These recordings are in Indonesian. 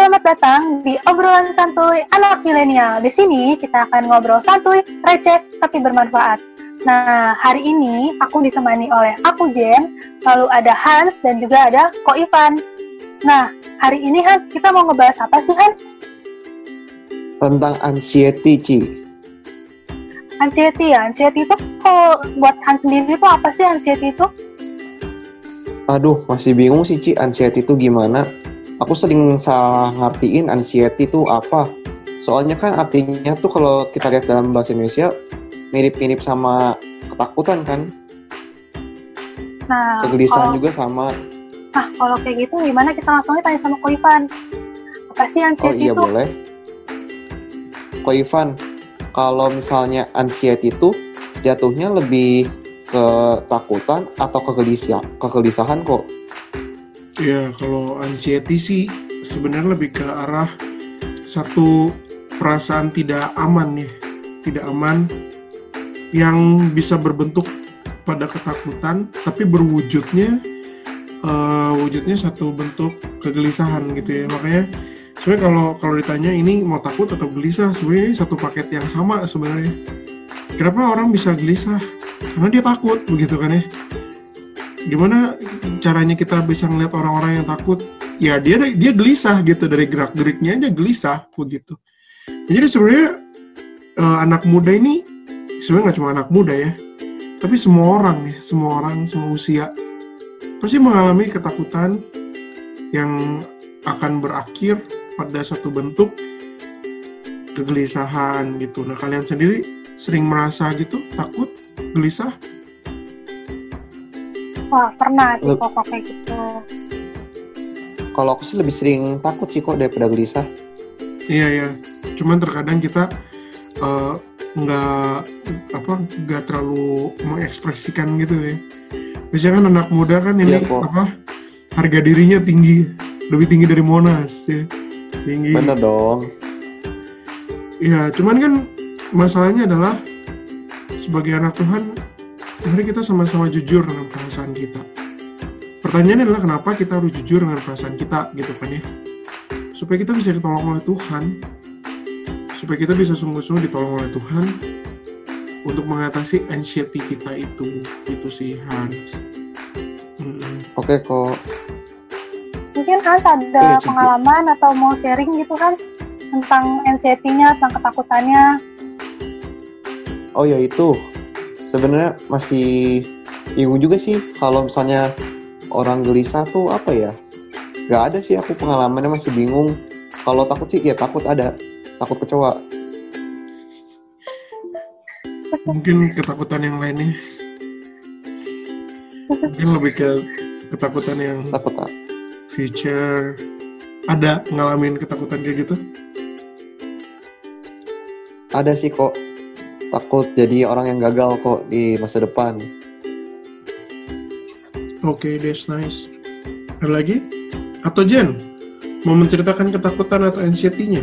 Selamat datang di obrolan santuy anak milenial. Di sini kita akan ngobrol santuy, receh, tapi bermanfaat. Nah, hari ini aku ditemani oleh aku Jen, lalu ada Hans dan juga ada Ko Ivan. Nah, hari ini Hans, kita mau ngebahas apa sih Hans? Tentang anxiety, Ci. Anxiety ya, anxiety itu kalau buat Hans sendiri itu apa sih anxiety itu? Aduh, masih bingung sih, Ci, anxiety itu gimana? Aku sering salah ngertiin anxiety itu apa. Soalnya kan artinya tuh kalau kita lihat dalam bahasa Indonesia mirip-mirip sama ketakutan kan? Nah, kegelisahan juga sama. Nah, kalau kayak gitu gimana kita langsung tanya sama Ko Ivan? Apa sih anxiety itu? Oh iya itu? boleh. Ko Ivan, kalau misalnya anxiety itu jatuhnya lebih ke ketakutan atau kegelisahan kok? Ya, kalau anxiety sih sebenarnya lebih ke arah satu perasaan tidak aman ya, tidak aman yang bisa berbentuk pada ketakutan, tapi berwujudnya satu bentuk kegelisahan gitu ya. Makanya sebenarnya kalau ditanya ini mau takut atau gelisah, sebenarnya satu paket yang sama sebenarnya. Kenapa orang bisa gelisah? Karena dia takut, begitu kan ya. Gimana caranya kita bisa ngeliat orang-orang yang takut? Ya dia gelisah gitu, dari gerak-geriknya aja gelisah begitu. Jadi sebenarnya anak muda ini sebenarnya nggak cuma anak muda ya, tapi semua orang, semua usia pasti mengalami ketakutan yang akan berakhir pada satu bentuk kegelisahan gitu. Nah, kalian sendiri sering merasa gitu, takut, gelisah? Wah, pernah sih kok kayak gitu. Kalau aku sih lebih sering takut sih kok daripada gelisah. Iya. Cuman terkadang kita nggak terlalu mengekspresikan gitu ya. Biasanya kan anak muda kan ini harga dirinya tinggi, lebih tinggi dari Monas ya. Tinggi. Bener dong. Iya, cuman kan masalahnya adalah sebagai anak Tuhan, mari kita sama-sama jujur dengan perasaan kita. Pertanyaannya adalah kenapa kita harus jujur dengan perasaan kita gitu kan ya. Supaya kita bisa ditolong oleh Tuhan. Supaya kita bisa sungguh-sungguh ditolong oleh Tuhan untuk mengatasi anxiety kita itu sih Hans. Oke kok. Mungkin Hans ada pengalaman atau mau sharing gitu Hans tentang anxiety-nya, tentang ketakutannya. Oh ya itu. Sebenarnya masih bingung juga sih kalau misalnya orang gelisah tuh apa ya? Gak ada sih aku pengalamannya, masih bingung. Kalau takut sih ya takut ada. Takut kecoa. Mungkin ketakutan yang lainnya. Mungkin lebih ke ketakutan yang future. Ada ngalamin ketakutan kayak gitu? Ada sih kok. Takut jadi orang yang gagal kok di masa depan. Oke, that's nice. Ada lagi? Atau Jen, mau menceritakan ketakutan atau anxiety-nya?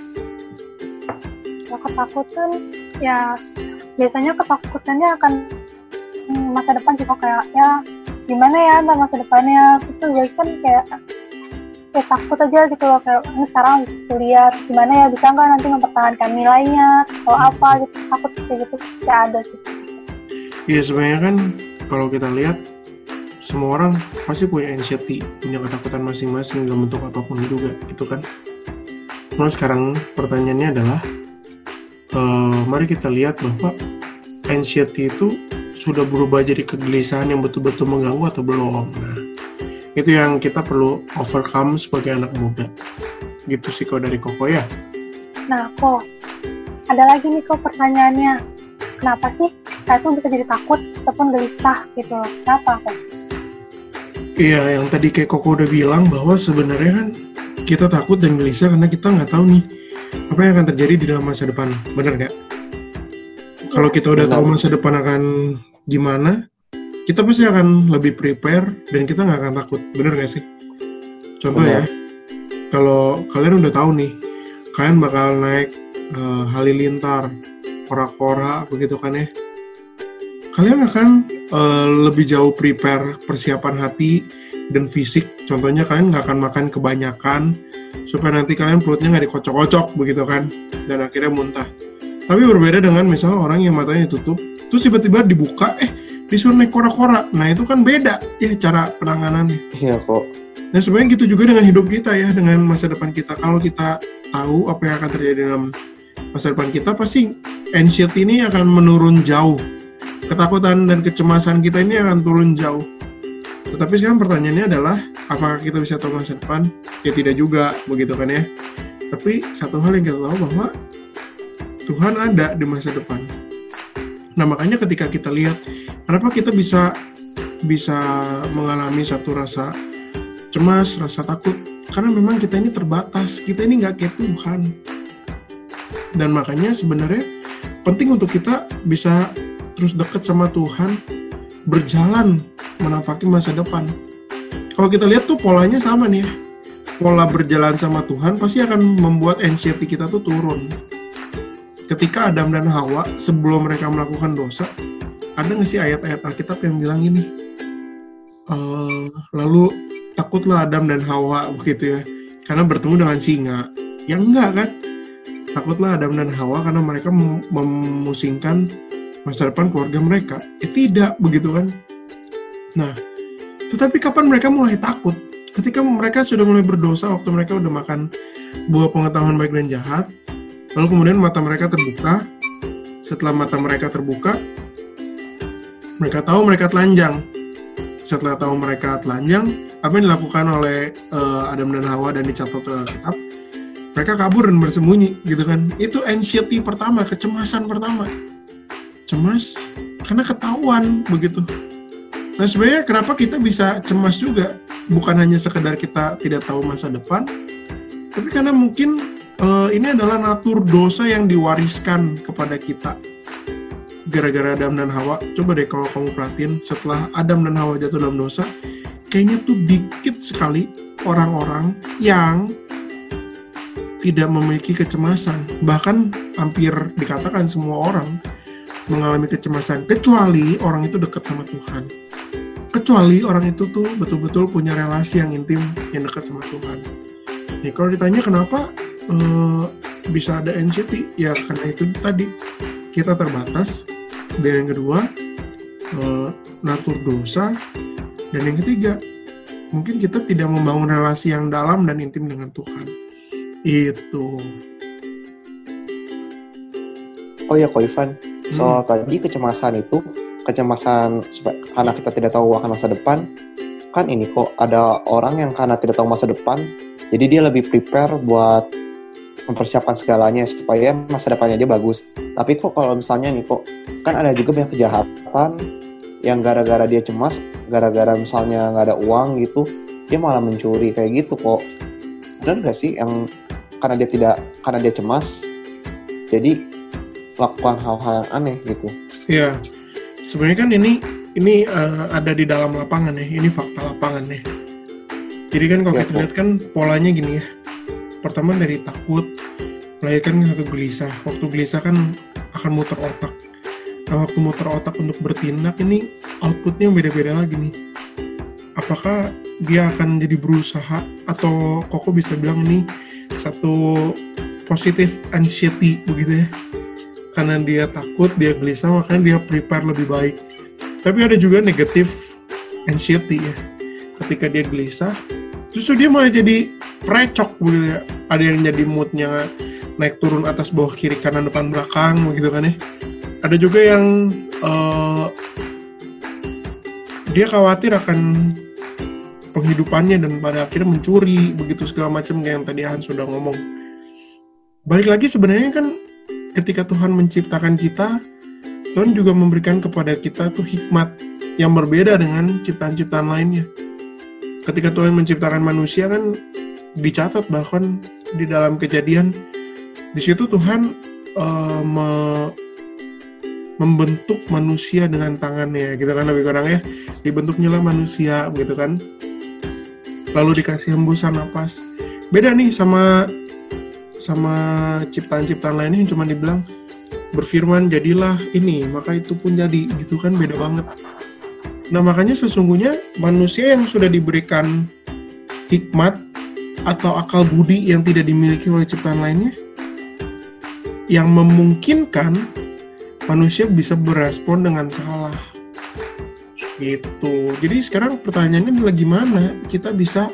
Ketakutan, ya biasanya ketakutannya akan masa depan sih kok, kayak ya gimana ya tentang masa depannya. Terus juga kan kayak takut aja gitu loh, kayak ini sekarang kuliah, terus gimana ya bisa nggak nanti mempertahankan nilainya atau apa gitu, takut kayak gitu kayak ada sih. Iya, sebenarnya kan kalau kita lihat semua orang pasti punya anxiety, punya ketakutan masing-masing dalam bentuk apapun juga gitu kan. Nah sekarang pertanyaannya adalah mari kita lihat bahwa anxiety itu sudah berubah jadi kegelisahan yang betul-betul mengganggu atau belum. Nah itu yang kita perlu overcome sebagai anak muda. Gitu sih kok dari Koko ya. Nah kok, ada lagi nih kok pertanyaannya. Kenapa sih kita tuh bisa jadi takut ataupun gelisah gitu loh? Kenapa kok? Iya, yang tadi kayak Koko udah bilang bahwa sebenarnya kan kita takut dan gelisah karena kita nggak tahu nih apa yang akan terjadi di dalam masa depan. Bener nggak? Kalau kita udah tahu masa depan akan gimana, kita pasti akan lebih prepare dan kita nggak akan takut, bener nggak sih? Contoh ya, kalau kalian udah tahu nih, kalian bakal naik halilintar, kora-kora, begitu kan ya? Kalian akan lebih jauh prepare persiapan hati dan fisik Contohnya kalian nggak akan makan kebanyakan supaya nanti kalian perutnya nggak dikocok-kocok begitu kan, dan akhirnya muntah. Tapi berbeda dengan misalnya orang yang matanya tutup, terus tiba-tiba dibuka, disuruh naik kora-kora. Nah itu kan beda ya cara penanganannya. Iya kok. Dan sebenarnya gitu juga dengan hidup kita ya, dengan masa depan kita. Kalau kita tahu apa yang akan terjadi dalam masa depan kita, pasti anxiety ini akan menurun jauh. Ketakutan dan kecemasan kita ini akan turun jauh. Tetapi sekarang pertanyaannya adalah, apakah kita bisa tahu masa depan? Ya tidak juga, begitu kan ya. Tapi satu hal yang kita tahu bahwa Tuhan ada di masa depan. Nah makanya ketika kita lihat, kenapa kita bisa mengalami satu rasa cemas, rasa takut, karena memang kita ini terbatas, kita ini nggak kayak Tuhan. Dan makanya sebenarnya penting untuk kita bisa terus dekat sama Tuhan, berjalan menapaki masa depan. Kalau kita lihat tuh polanya sama nih ya, pola berjalan sama Tuhan pasti akan membuat anxiety kita tuh turun. Ketika Adam dan Hawa sebelum mereka melakukan dosa, ada nggak sih ayat-ayat Alkitab yang bilang ini? Lalu takutlah Adam dan Hawa begitu ya, karena bertemu dengan singa. Ya enggak kan? Takutlah Adam dan Hawa karena mereka memusingkan masa depan keluarga mereka. Tidak begitu kan? Nah, tetapi kapan mereka mulai takut? Ketika mereka sudah mulai berdosa, waktu mereka udah makan buah pengetahuan baik dan jahat, lalu kemudian mata mereka terbuka. Setelah mata mereka terbuka, mereka tahu mereka telanjang. Setelah tahu mereka telanjang, apa yang dilakukan oleh Adam dan Hawa dan dicatat dalam kitab? Mereka kabur dan bersembunyi, gitu kan? Itu anxiety pertama, kecemasan pertama. Cemas karena ketahuan, begitu. Nah sebenarnya kenapa kita bisa cemas juga? Bukan hanya sekedar kita tidak tahu masa depan, tapi karena mungkin ini adalah natur dosa yang diwariskan kepada kita gara-gara Adam dan Hawa. Coba deh kalau kamu perhatiin, setelah Adam dan Hawa jatuh dalam dosa, kayaknya tuh dikit sekali orang-orang yang tidak memiliki kecemasan. Bahkan hampir dikatakan semua orang mengalami kecemasan, kecuali orang itu dekat sama Tuhan. Kecuali orang itu tuh betul-betul punya relasi yang intim, yang dekat sama Tuhan. Nih kalau ditanya kenapa bisa ada anxiety, ya karena itu tadi, kita terbatas. Dan yang kedua, natur dosa. Dan yang ketiga, mungkin kita tidak membangun relasi yang dalam dan intim dengan Tuhan. Itu. Oh ya, Ko Ivan, soal tadi kecemasan itu, karena kita tidak tahu akan masa depan, kan ini kok ada orang yang karena tidak tahu masa depan, jadi dia lebih prepare buat mempersiapkan segalanya supaya masa depannya dia bagus. Tapi kok kalau misalnya nih kok, kan ada juga banyak kejahatan yang gara-gara dia cemas, gara-gara misalnya nggak ada uang gitu, dia malah mencuri kayak gitu kok. Benar nggak sih yang karena dia cemas, jadi lakukan hal-hal yang aneh gitu? Ya, sebenarnya kan ini ada di dalam lapangan ya, ini fakta lapangan ya. Jadi kan kalau kita lihat kan polanya gini ya. Pertama dari takut, melahirkan satu gelisah. Waktu gelisah kan akan muter otak. Nah, waktu muter otak untuk bertindak ini outputnya beda-beda lagi nih. Apakah dia akan jadi berusaha, atau Koko bisa bilang ini satu positive anxiety begitu ya. Karena dia takut, dia gelisah, makanya dia prepare lebih baik. Tapi ada juga negative anxiety ya. Ketika dia gelisah, justru dia malah jadi recok begitu ya. Ada yang jadi moodnya naik turun atas bawah kiri kanan depan belakang begitu kan ya. Ada juga yang dia khawatir akan penghidupannya dan pada akhirnya mencuri begitu segala macam kayak yang tadi Hans sudah ngomong. Balik lagi sebenarnya kan ketika Tuhan menciptakan kita, Tuhan juga memberikan kepada kita tuh hikmat yang berbeda dengan ciptaan-ciptaan lainnya. Ketika Tuhan menciptakan manusia kan dicatat bahkan di dalam Kejadian, di situ Tuhan membentuk manusia dengan tangannya, gitu kan lebih kurang ya, dibentuknya lah manusia, gitu kan. Lalu dikasih hembusan napas. Beda nih sama ciptaan-ciptaan lainnya yang cuma dibilang berfirman jadilah ini, maka itu pun jadi, gitu kan, beda banget. Nah makanya sesungguhnya manusia yang sudah diberikan hikmat atau akal budi yang tidak dimiliki oleh ciptaan lainnya, yang memungkinkan manusia bisa berespon dengan salah. Gitu. Jadi sekarang pertanyaannya adalah gimana kita bisa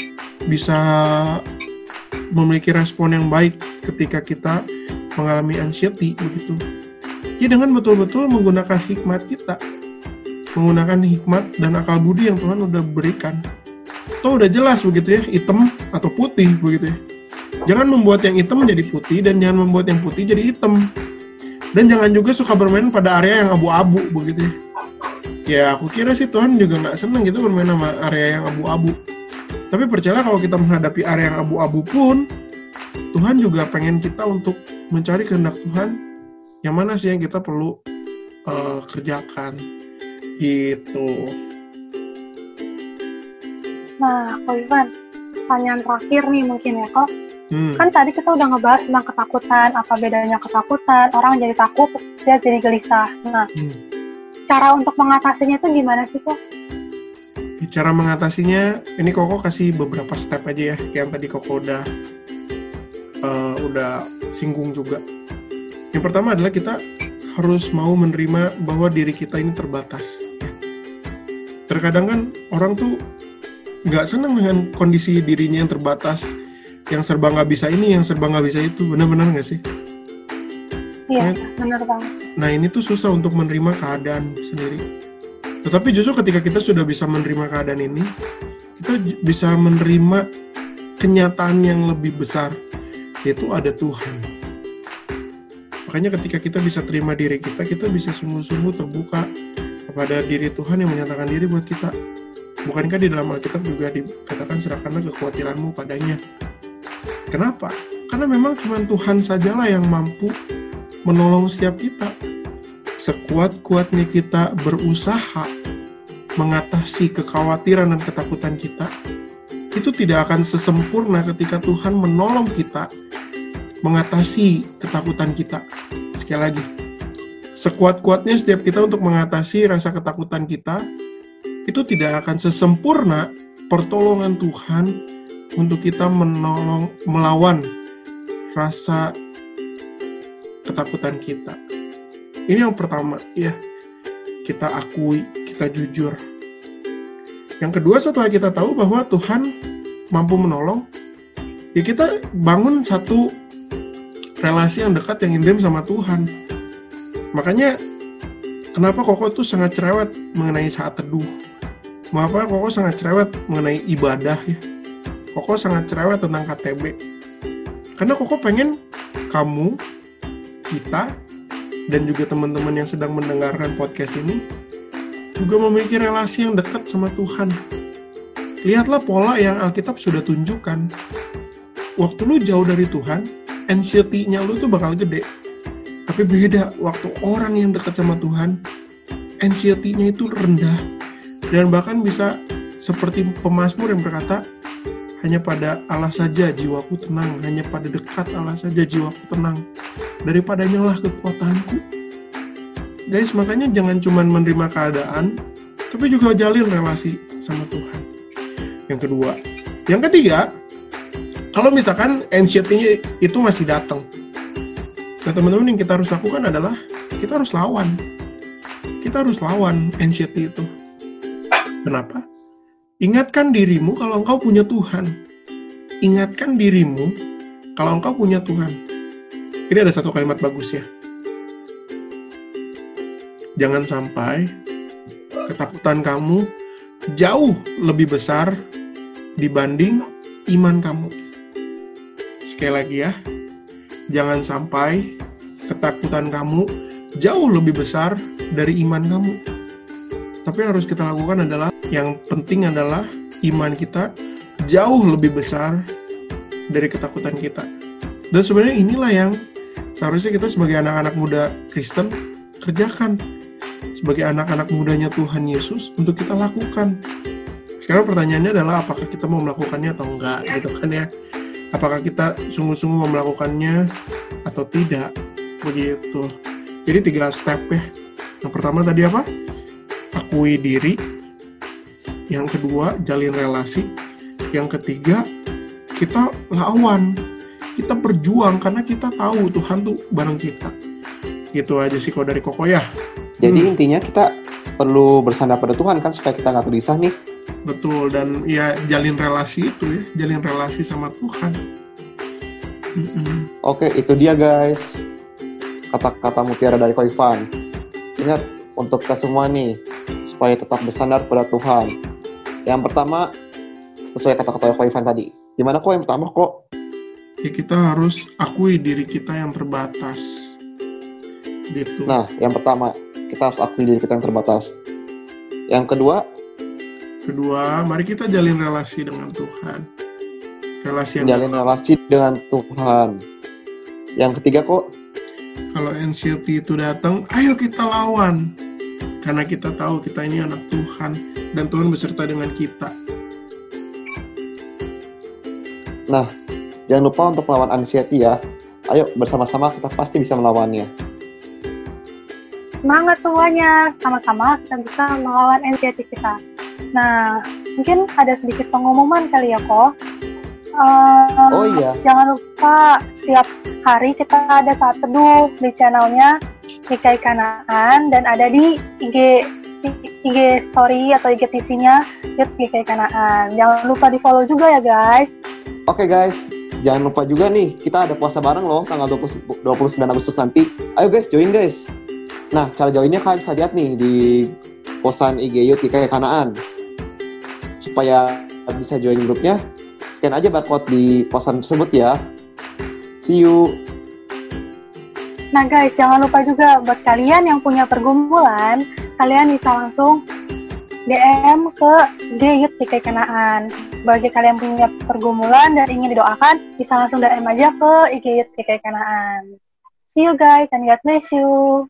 memiliki respon yang baik ketika kita mengalami anxiety begitu. Ya dengan betul-betul menggunakan hikmat kita. Menggunakan hikmat dan akal budi yang Tuhan udah berikan. Tuh udah jelas begitu ya, hitam atau putih begitu ya. Jangan membuat yang hitam menjadi putih dan jangan membuat yang putih jadi hitam. Dan jangan juga suka bermain pada area yang abu-abu begitu ya. Ya aku kira sih Tuhan juga nggak senang gitu bermain sama area yang abu-abu. Tapi percayalah kalau kita menghadapi area yang abu-abu pun, Tuhan juga pengen kita untuk mencari kehendak Tuhan. Yang mana sih yang kita perlu kerjakan gitu. Nah, Ko Ivan, pertanyaan terakhir nih mungkin ya, Ko. Kan tadi kita udah ngebahas tentang ketakutan, apa bedanya ketakutan, orang jadi takut, dia jadi gelisah. Nah, cara untuk mengatasinya itu gimana sih, Ko? Cara mengatasinya, ini Koko kasih beberapa step aja ya, yang tadi Koko udah singgung juga. Yang pertama adalah kita harus mau menerima bahwa diri kita ini terbatas. Terkadang kan orang tuh nggak senang dengan kondisi dirinya yang terbatas, yang serba nggak bisa ini, yang serba nggak bisa itu. Benar-benar nggak sih? Iya, benar banget. Nah ini tuh susah untuk menerima keadaan sendiri. Tetapi justru ketika kita sudah bisa menerima keadaan ini, kita bisa menerima kenyataan yang lebih besar, yaitu ada Tuhan. Makanya ketika kita bisa terima diri kita bisa sungguh-sungguh terbuka kepada diri Tuhan yang menyatakan diri buat kita. Bukankah di dalam Alkitab juga dikatakan serahkanlah kekhawatiranmu padanya? Kenapa? Karena memang cuma Tuhan sajalah yang mampu menolong setiap kita. Sekuat-kuatnya kita berusaha mengatasi kekhawatiran dan ketakutan kita, itu tidak akan sesempurna ketika Tuhan menolong kita mengatasi ketakutan kita. Sekali lagi, sekuat-kuatnya setiap kita untuk mengatasi rasa ketakutan kita, itu tidak akan sesempurna pertolongan Tuhan untuk kita melawan rasa ketakutan kita. Ini yang pertama, ya. Kita akui, kita jujur. Yang kedua, setelah kita tahu bahwa Tuhan mampu menolong, ya kita bangun satu relasi yang dekat, yang intim sama Tuhan. Makanya, kenapa Koko tuh sangat cerewet mengenai saat teduh. Mengapa Koko sangat cerewet mengenai ibadah, ya. Koko sangat cerewet tentang KTB. Karena Koko pengen kamu, kita, dan juga teman-teman yang sedang mendengarkan podcast ini juga memiliki relasi yang dekat sama Tuhan. Lihatlah pola yang Alkitab sudah tunjukkan. Waktu lu jauh dari Tuhan, anxiety-nya lu tuh bakal gede. Tapi beda, waktu orang yang dekat sama Tuhan, anxiety-nya itu rendah. Dan bahkan bisa seperti pemazmur yang berkata, hanya pada Allah saja jiwaku tenang, hanya pada dekat Allah saja jiwaku tenang. Daripadanya lah kekuatanku. Guys, makanya jangan cuma menerima keadaan, tapi juga jalin relasi sama Tuhan. Yang kedua. Yang ketiga, kalau misalkan anxiety-nya itu masih datang, nah teman-teman yang kita harus lakukan adalah, kita harus lawan. Kita harus lawan anxiety itu. Kenapa? Ingatkan dirimu kalau engkau punya Tuhan. Ingatkan dirimu kalau engkau punya Tuhan. Ini ada satu kalimat bagus ya. Jangan sampai ketakutan kamu jauh lebih besar dibanding iman kamu. Sekali lagi ya. Jangan sampai ketakutan kamu jauh lebih besar dari iman kamu. Tapi yang harus kita lakukan adalah, yang penting adalah iman kita jauh lebih besar dari ketakutan kita. Dan sebenarnya inilah yang seharusnya kita sebagai anak-anak muda Kristen kerjakan. Sebagai anak-anak mudanya Tuhan Yesus untuk kita lakukan. Sekarang pertanyaannya adalah apakah kita mau melakukannya atau enggak gitu kan ya. Apakah kita sungguh-sungguh mau melakukannya atau tidak, begitu. Jadi 3 step ya. Yang pertama tadi apa? Akui diri. Yang kedua, jalin relasi. Yang ketiga, kita lawan, kita berjuang karena kita tahu Tuhan tuh bareng kita. Gitu aja sih kalau dari Koko ya. Jadi intinya kita perlu bersandar pada Tuhan kan supaya kita nggak gelisah nih. Betul, dan ya jalin relasi itu ya, jalin relasi sama Tuhan. Oke, itu dia guys kata-kata mutiara dari Ko Ivan. Ingat untuk kita semua nih supaya tetap bersandar pada Tuhan. Yang pertama sesuai kata-kata Ko Ivan tadi. Gimana kok yang pertama kok? Ya, kita harus akui diri kita yang terbatas. Gitu. Nah, yang pertama kita harus akui diri kita yang terbatas. Yang kedua, mari kita jalin relasi dengan Tuhan. Relasi yang jalin relasi dengan Tuhan. Yang ketiga kok, kalau anxiety itu datang, ayo kita lawan. Karena kita tahu kita ini anak Tuhan dan Tuhan beserta dengan kita. Nah, jangan lupa untuk melawan anxiety ya. Ayo bersama-sama kita pasti bisa melawannya. Semangat semuanya, sama-sama kita bisa melawan anxiety kita. Nah, mungkin ada sedikit pengumuman kali ya kok. Oh iya. Jangan lupa setiap hari kita ada saat teduh di channelnya GKI Kanaan dan ada di IG story atau IG TV-nya GKI Kanaan. Jangan lupa di follow juga ya guys. Oke guys, jangan lupa juga nih kita ada puasa bareng loh tanggal 29 Agustus nanti. Ayo guys, join guys. Nah, cara joinnya kalian bisa lihat nih di posan IG GKI Kanaan. Supaya bisa join grupnya, scan aja barcode di posan tersebut ya. See you. Nah guys, jangan lupa juga buat kalian yang punya pergumulan, kalian bisa langsung DM ke IG GKI Kanaan. Bagi kalian yang punya pergumulan dan ingin didoakan, bisa langsung DM aja ke IG GKI Kanaan. See you guys and God bless you.